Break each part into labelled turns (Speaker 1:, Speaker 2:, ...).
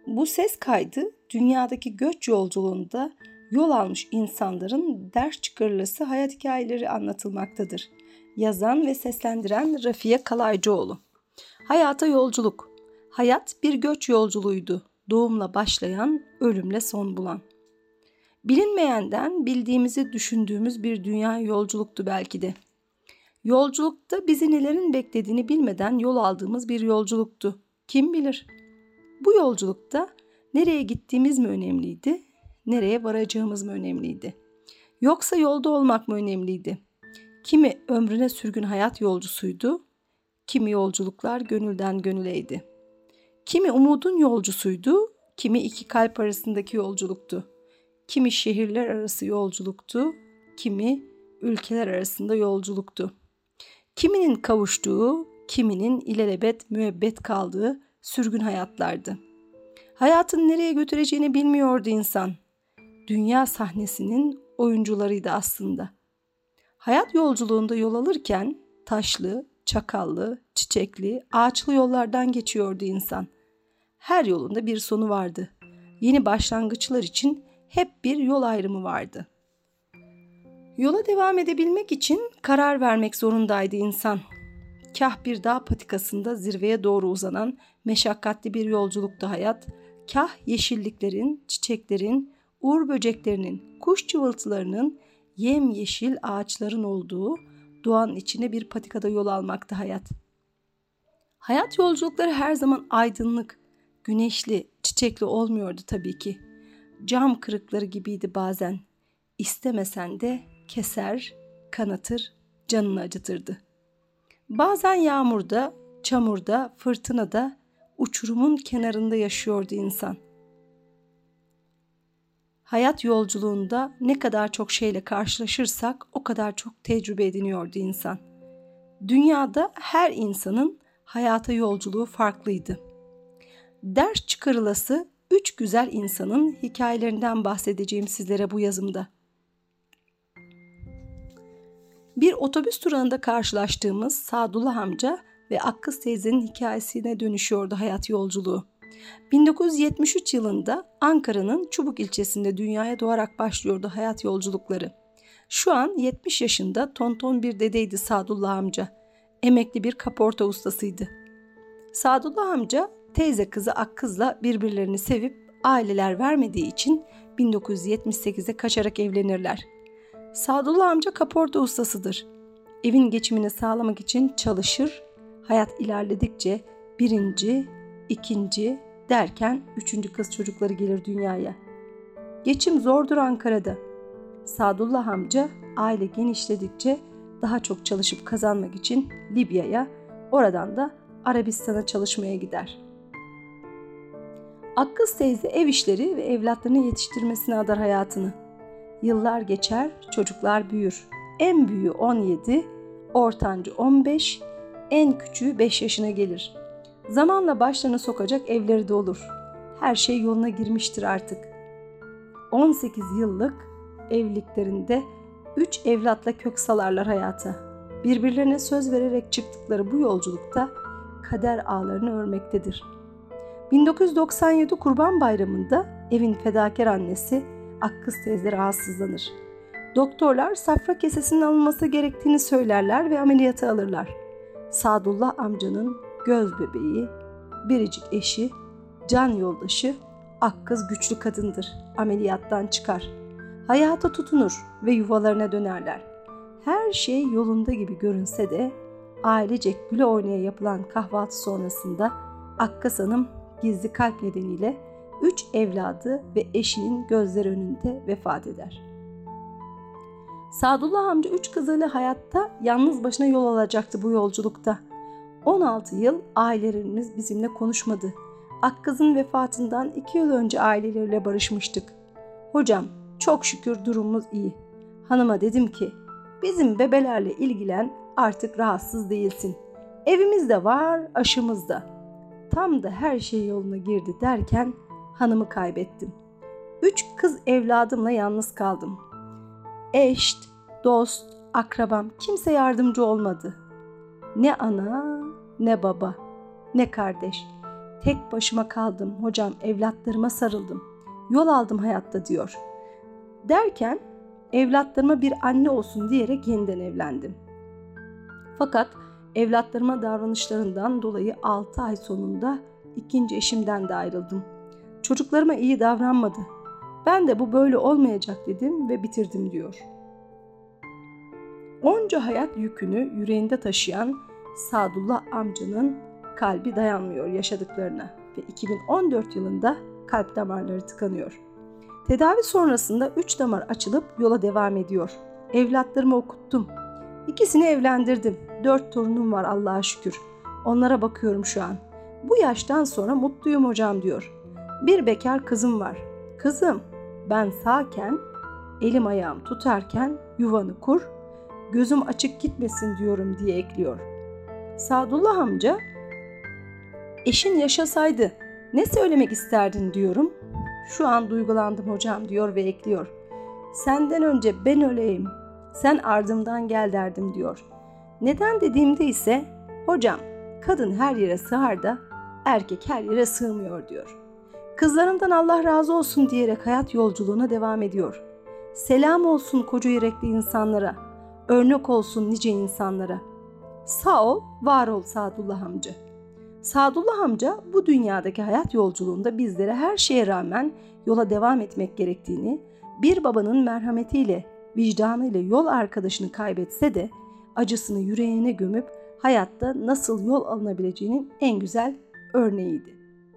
Speaker 1: Bu ses kaydı dünyadaki göç yolculuğunda yol almış insanların ders çıkarılası hayat hikayeleri anlatılmaktadır. Yazan ve seslendiren Rafiye Kalaycıoğlu. Hayata yolculuk. Hayat bir göç yolculuğuydu. Doğumla başlayan, ölümle son bulan. Bilinmeyenden bildiğimizi düşündüğümüz bir dünya yolculuktu belki de. Yolculukta bizi nelerin beklediğini bilmeden yol aldığımız bir yolculuktu. Kim bilir? Bu yolculukta nereye gittiğimiz mi önemliydi, nereye varacağımız mı önemliydi? Yoksa yolda olmak mı önemliydi? Kimi ömrüne sürgün hayat yolcusuydu, kimi yolculuklar gönülden gönüleydi. Kimi umudun yolcusuydu, kimi iki kalp arasındaki yolculuktu. Kimi şehirler arası yolculuktu, kimi ülkeler arasında yolculuktu. Kiminin kavuştuğu, kiminin ilelebet müebbet kaldığı sürgün hayatlardı. Hayatın nereye götüreceğini bilmiyordu insan. Dünya sahnesinin oyuncularıydı aslında. Hayat yolculuğunda yol alırken taşlı, çakallı, çiçekli, ağaçlı yollardan geçiyordu insan. Her yolunda bir sonu vardı. Yeni başlangıçlar için hep bir yol ayrımı vardı. Yola devam edebilmek için karar vermek zorundaydı insan. Kah bir dağ patikasında zirveye doğru uzanan meşakkatli bir yolculuktu hayat, kah yeşilliklerin, çiçeklerin, uğur böceklerinin, kuş cıvıltılarının, yemyeşil ağaçların olduğu doğanın içine bir patikada yol almaktı hayat. Hayat yolculukları her zaman aydınlık, güneşli, çiçekli olmuyordu tabii ki. Cam kırıkları gibiydi bazen. İstemesen de keser, kanatır, canını acıtırdı. Bazen yağmurda, çamurda, fırtınada, uçurumun kenarında yaşıyordu insan. Hayat yolculuğunda ne kadar çok şeyle karşılaşırsak o kadar çok tecrübe ediniyordu insan. Dünyada her insanın hayata yolculuğu farklıydı. Ders çıkarılası 3 güzel insanın hikayelerinden bahsedeceğim sizlere bu yazımda. Bir otobüs durağında karşılaştığımız Sadullah amca ve Akkız teyzenin hikayesine dönüşüyordu hayat yolculuğu. 1973 yılında Ankara'nın Çubuk ilçesinde dünyaya doğarak başlıyordu hayat yolculukları. Şu an 70 yaşında tonton bir dedeydi Sadullah amca. Emekli bir kaporta ustasıydı. Sadullah amca teyze kızı Akkız'la birbirlerini sevip aileler vermediği için 1978'de kaçarak evlenirler. Sadullah amca kaporta ustasıdır. Evin geçimini sağlamak için çalışır, hayat ilerledikçe birinci, ikinci derken üçüncü kız çocukları gelir dünyaya. Geçim zordur Ankara'da. Sadullah amca aile genişledikçe daha çok çalışıp kazanmak için Libya'ya, oradan da Arabistan'a çalışmaya gider. Akkız teyze ev işleri ve evlatlarını yetiştirmesine adar hayatını. Yıllar geçer, çocuklar büyür. En büyüğü 17, ortancı 15, en küçüğü 5 yaşına gelir. Zamanla başlarına sokacak evleri de olur. Her şey yoluna girmiştir artık. 18 yıllık evliliklerinde 3 evlatla kök salarlar hayata. Birbirlerine söz vererek çıktıkları bu yolculukta kader ağlarını örmektedir. 1997 Kurban Bayramı'nda evin fedakar annesi Akkız teyze rahatsızlanır. Doktorlar safra kesesinin alınması gerektiğini söylerler ve ameliyata alırlar. Sadullah amcanın göz bebeği, biricik eşi, can yoldaşı Akkız güçlü kadındır. Ameliyattan çıkar. Hayata tutunur ve yuvalarına dönerler. Her şey yolunda gibi görünse de ailecek güle oynaya yapılan kahvaltı sonrasında Akkız Hanım gizli kalp nedeniyle 3 evladı ve eşinin gözleri önünde vefat eder. Sadullah amca 3 kızıyla hayatta yalnız başına yol alacaktı bu yolculukta. 16 yıl ailelerimiz bizimle konuşmadı. Akkız'ın vefatından 2 yıl önce aileleriyle barışmıştık. Hocam çok şükür durumumuz iyi. Hanıma dedim ki bizim bebelerle ilgilen, artık rahatsız değilsin. Evimiz de var, aşımız da. Tam da her şey yoluna girdi derken hanımı kaybettim. 3 kız evladımla yalnız kaldım. Eş, dost, akrabam kimse yardımcı olmadı. Ne ana, ne baba, ne kardeş. Tek başıma kaldım hocam, evlatlarıma sarıldım. Yol aldım hayatta diyor. Derken evlatlarıma bir anne olsun diyerek yeniden evlendim. Fakat evlatlarıma davranışlarından dolayı 6 ay sonunda ikinci eşimden de ayrıldım. Çocuklarıma iyi davranmadı. Ben de bu böyle olmayacak dedim ve bitirdim diyor. Onca hayat yükünü yüreğinde taşıyan Sadullah amcanın kalbi dayanmıyor yaşadıklarına ve 2014 yılında kalp damarları tıkanıyor. Tedavi sonrasında 3 damar açılıp yola devam ediyor. Evlatlarımı okuttum. 2'sini evlendirdim. 4 torunum var Allah'a şükür. Onlara bakıyorum şu an. Bu yaştan sonra mutluyum hocam diyor. Bir bekar kızım var. Kızım, ben sağken, elim ayağım tutarken yuvanı kur, gözüm açık gitmesin diyorum diye ekliyor. Sadullah amca, eşin yaşasaydı ne söylemek isterdin diyorum. Şu an duygulandım hocam diyor ve ekliyor. Senden önce ben öleyim, sen ardımdan gel derdim diyor. Neden dediğimde ise hocam kadın her yere sığar da erkek her yere sığmıyor diyor. Kızlarımdan Allah razı olsun diyerek hayat yolculuğuna devam ediyor. Selam olsun koca yürekli insanlara, örnek olsun nice insanlara. Sağ ol, var ol Sadullah amca. Sadullah amca bu dünyadaki hayat yolculuğunda bizlere her şeye rağmen yola devam etmek gerektiğini, bir babanın merhametiyle, vicdanıyla yol arkadaşını kaybetse de acısını yüreğine gömüp hayatta nasıl yol alınabileceğinin en güzel örneğiydi.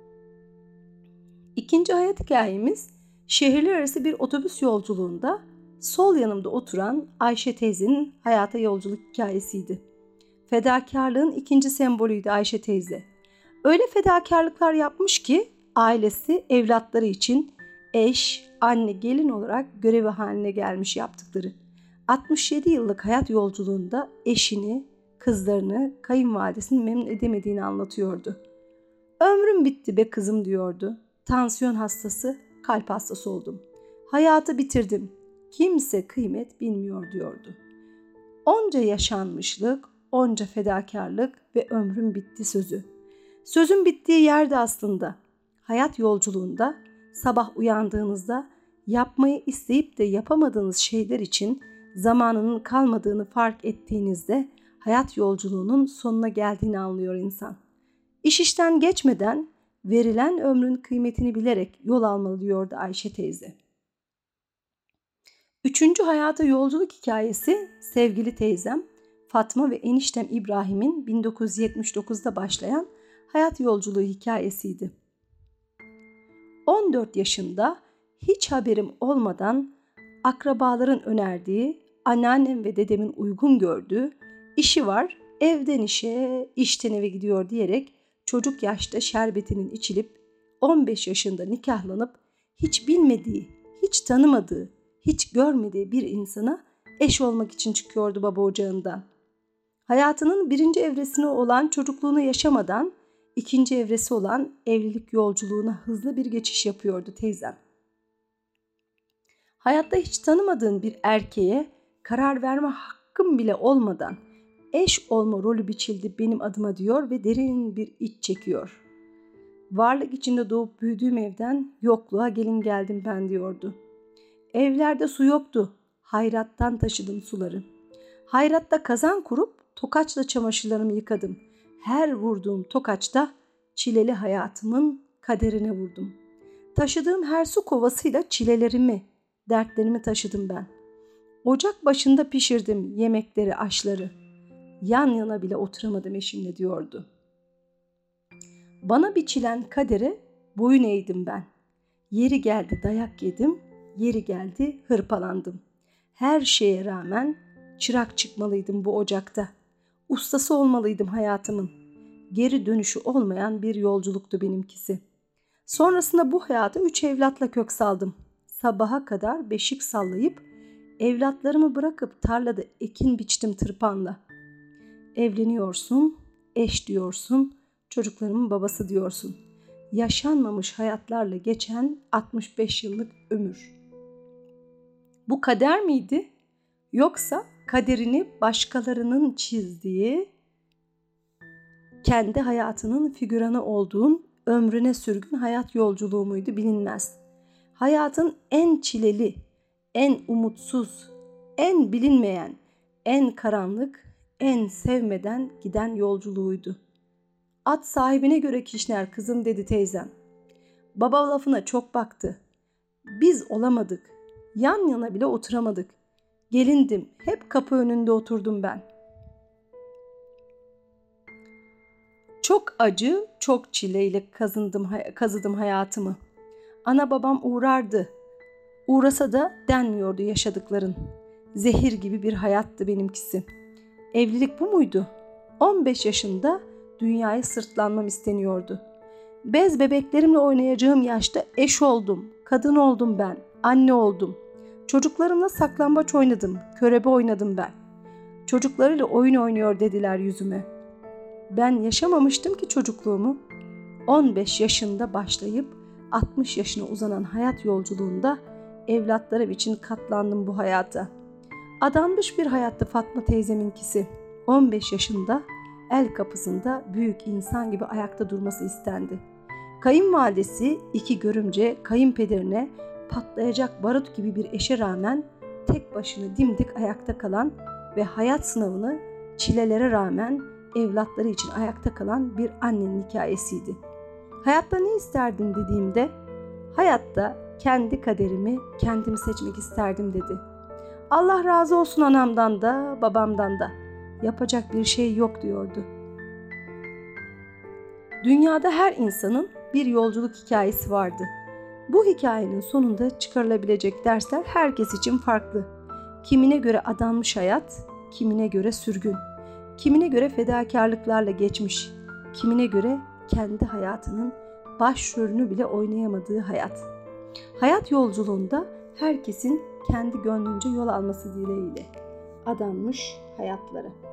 Speaker 1: İkinci hayat hikayemiz şehirler arası bir otobüs yolculuğunda sol yanımda oturan Ayşe teyzenin hayata yolculuk hikayesiydi. Fedakarlığın ikinci sembolüydü Ayşe teyze. Öyle fedakarlıklar yapmış ki ailesi evlatları için eş, anne, gelin olarak görevi haline gelmiş yaptıkları. 67 yıllık hayat yolculuğunda eşini, kızlarını, kayınvalidesini memnun edemediğini anlatıyordu. Ömrüm bitti be kızım diyordu. Tansiyon hastası, kalp hastası oldum. Hayatı bitirdim. Kimse kıymet bilmiyor diyordu. Onca yaşanmışlık, onca fedakarlık ve ömrüm bitti sözü. Sözün bittiği yerde aslında. Hayat yolculuğunda sabah uyandığınızda yapmayı isteyip de yapamadığınız şeyler için zamanının kalmadığını fark ettiğinizde hayat yolculuğunun sonuna geldiğini anlıyor insan. İş işten geçmeden verilen ömrün kıymetini bilerek yol almalı diyordu Ayşe teyze. Üçüncü hayata yolculuk hikayesi sevgili teyzem Fatma ve eniştem İbrahim'in 1979'da başlayan hayat yolculuğu hikayesiydi. 14 yaşında hiç haberim olmadan akrabaların önerdiği, anneannem ve dedemin uygun gördüğü işi var, evden işe, işten eve gidiyor diyerek çocuk yaşta şerbetinin içilip 15 yaşında nikahlanıp hiç bilmediği, hiç tanımadığı, hiç görmediği bir insana eş olmak için çıkıyordu baba ocağından. Hayatının birinci evresine olan çocukluğunu yaşamadan ikinci evresi olan evlilik yolculuğuna hızlı bir geçiş yapıyordu teyzem. Hayatta hiç tanımadığın bir erkeğe karar verme hakkım bile olmadan eş olma rolü biçildi benim adıma diyor ve derin bir iç çekiyor. Varlık içinde doğup büyüdüğüm evden yokluğa gelin geldim ben diyordu. Evlerde su yoktu. Hayrattan taşıdım suları. Hayratta kazan kurup tokaçla çamaşırlarımı yıkadım. Her vurduğum tokaçta çileli hayatımın kaderine vurdum. Taşıdığım her su kovasıyla çilelerimi, dertlerimi taşıdım ben. Ocak başında pişirdim yemekleri, aşları. Yan yana bile oturamadım eşimle diyordu. Bana biçilen kadere boyun eğdim ben. Yeri geldi dayak yedim, yeri geldi hırpalandım. Her şeye rağmen çırak çıkmalıydım bu ocakta. Ustası olmalıydım hayatımın. Geri dönüşü olmayan bir yolculuktu benimkisi. Sonrasında bu hayata 3 evlatla kök saldım. Sabaha kadar beşik sallayıp evlatlarımı bırakıp tarlada ekin biçtim tırpanla. Evleniyorsun, eş diyorsun, çocuklarımın babası diyorsun. Yaşanmamış hayatlarla geçen 65 yıllık ömür. Bu kader miydi? Yoksa kaderini başkalarının çizdiği, kendi hayatının figüranı olduğun ömrüne sürgün hayat yolculuğu muydu bilinmez. Hayatın en çileli, en umutsuz, en bilinmeyen, en karanlık, en sevmeden giden yolculuğuydu. At sahibine göre kişner kızım dedi teyzem. Baba lafına çok baktı. Biz olamadık. Yan yana bile oturamadık. Gelindim. Hep kapı önünde oturdum ben. Çok acı, çok çileyle kazıdım hayatımı. Ana babam uğrardı. Uğrasa da denmiyordu yaşadıkların. Zehir gibi bir hayattı benimkisi. Evlilik bu muydu? 15 yaşında dünyaya sırtlanmam isteniyordu. Bez bebeklerimle oynayacağım yaşta eş oldum, kadın oldum ben, anne oldum. Çocuklarımla saklambaç oynadım, körebe oynadım ben. Çocuklarıyla oyun oynuyor dediler yüzüme. Ben yaşamamıştım ki çocukluğumu. 15 yaşında başlayıp 60 yaşına uzanan hayat yolculuğunda evlatlarım için katlandım bu hayata. Adanmış bir hayattı Fatma teyzeminkisi. 15 yaşında el kapısında büyük insan gibi ayakta durması istendi. Kayınvalidesi 2 görümce kayınpederine patlayacak barut gibi bir eşe rağmen tek başına dimdik ayakta kalan ve hayat sınavını çilelere rağmen evlatları için ayakta kalan bir annenin hikayesiydi. Hayatta ne isterdin dediğimde, hayatta kendi kaderimi kendim seçmek isterdim dedi. Allah razı olsun anamdan da babamdan da. Yapacak bir şey yok diyordu. Dünyada her insanın bir yolculuk hikayesi vardı. Bu hikayenin sonunda çıkarılabilecek dersler herkes için farklı. Kimine göre adanmış hayat, kimine göre sürgün, kimine göre fedakarlıklarla geçmiş, kimine göre kendi hayatının başrolünü bile oynayamadığı hayat. Hayat yolculuğunda herkesin kendi gönlünce yol alması dileğiyle adanmış hayatları.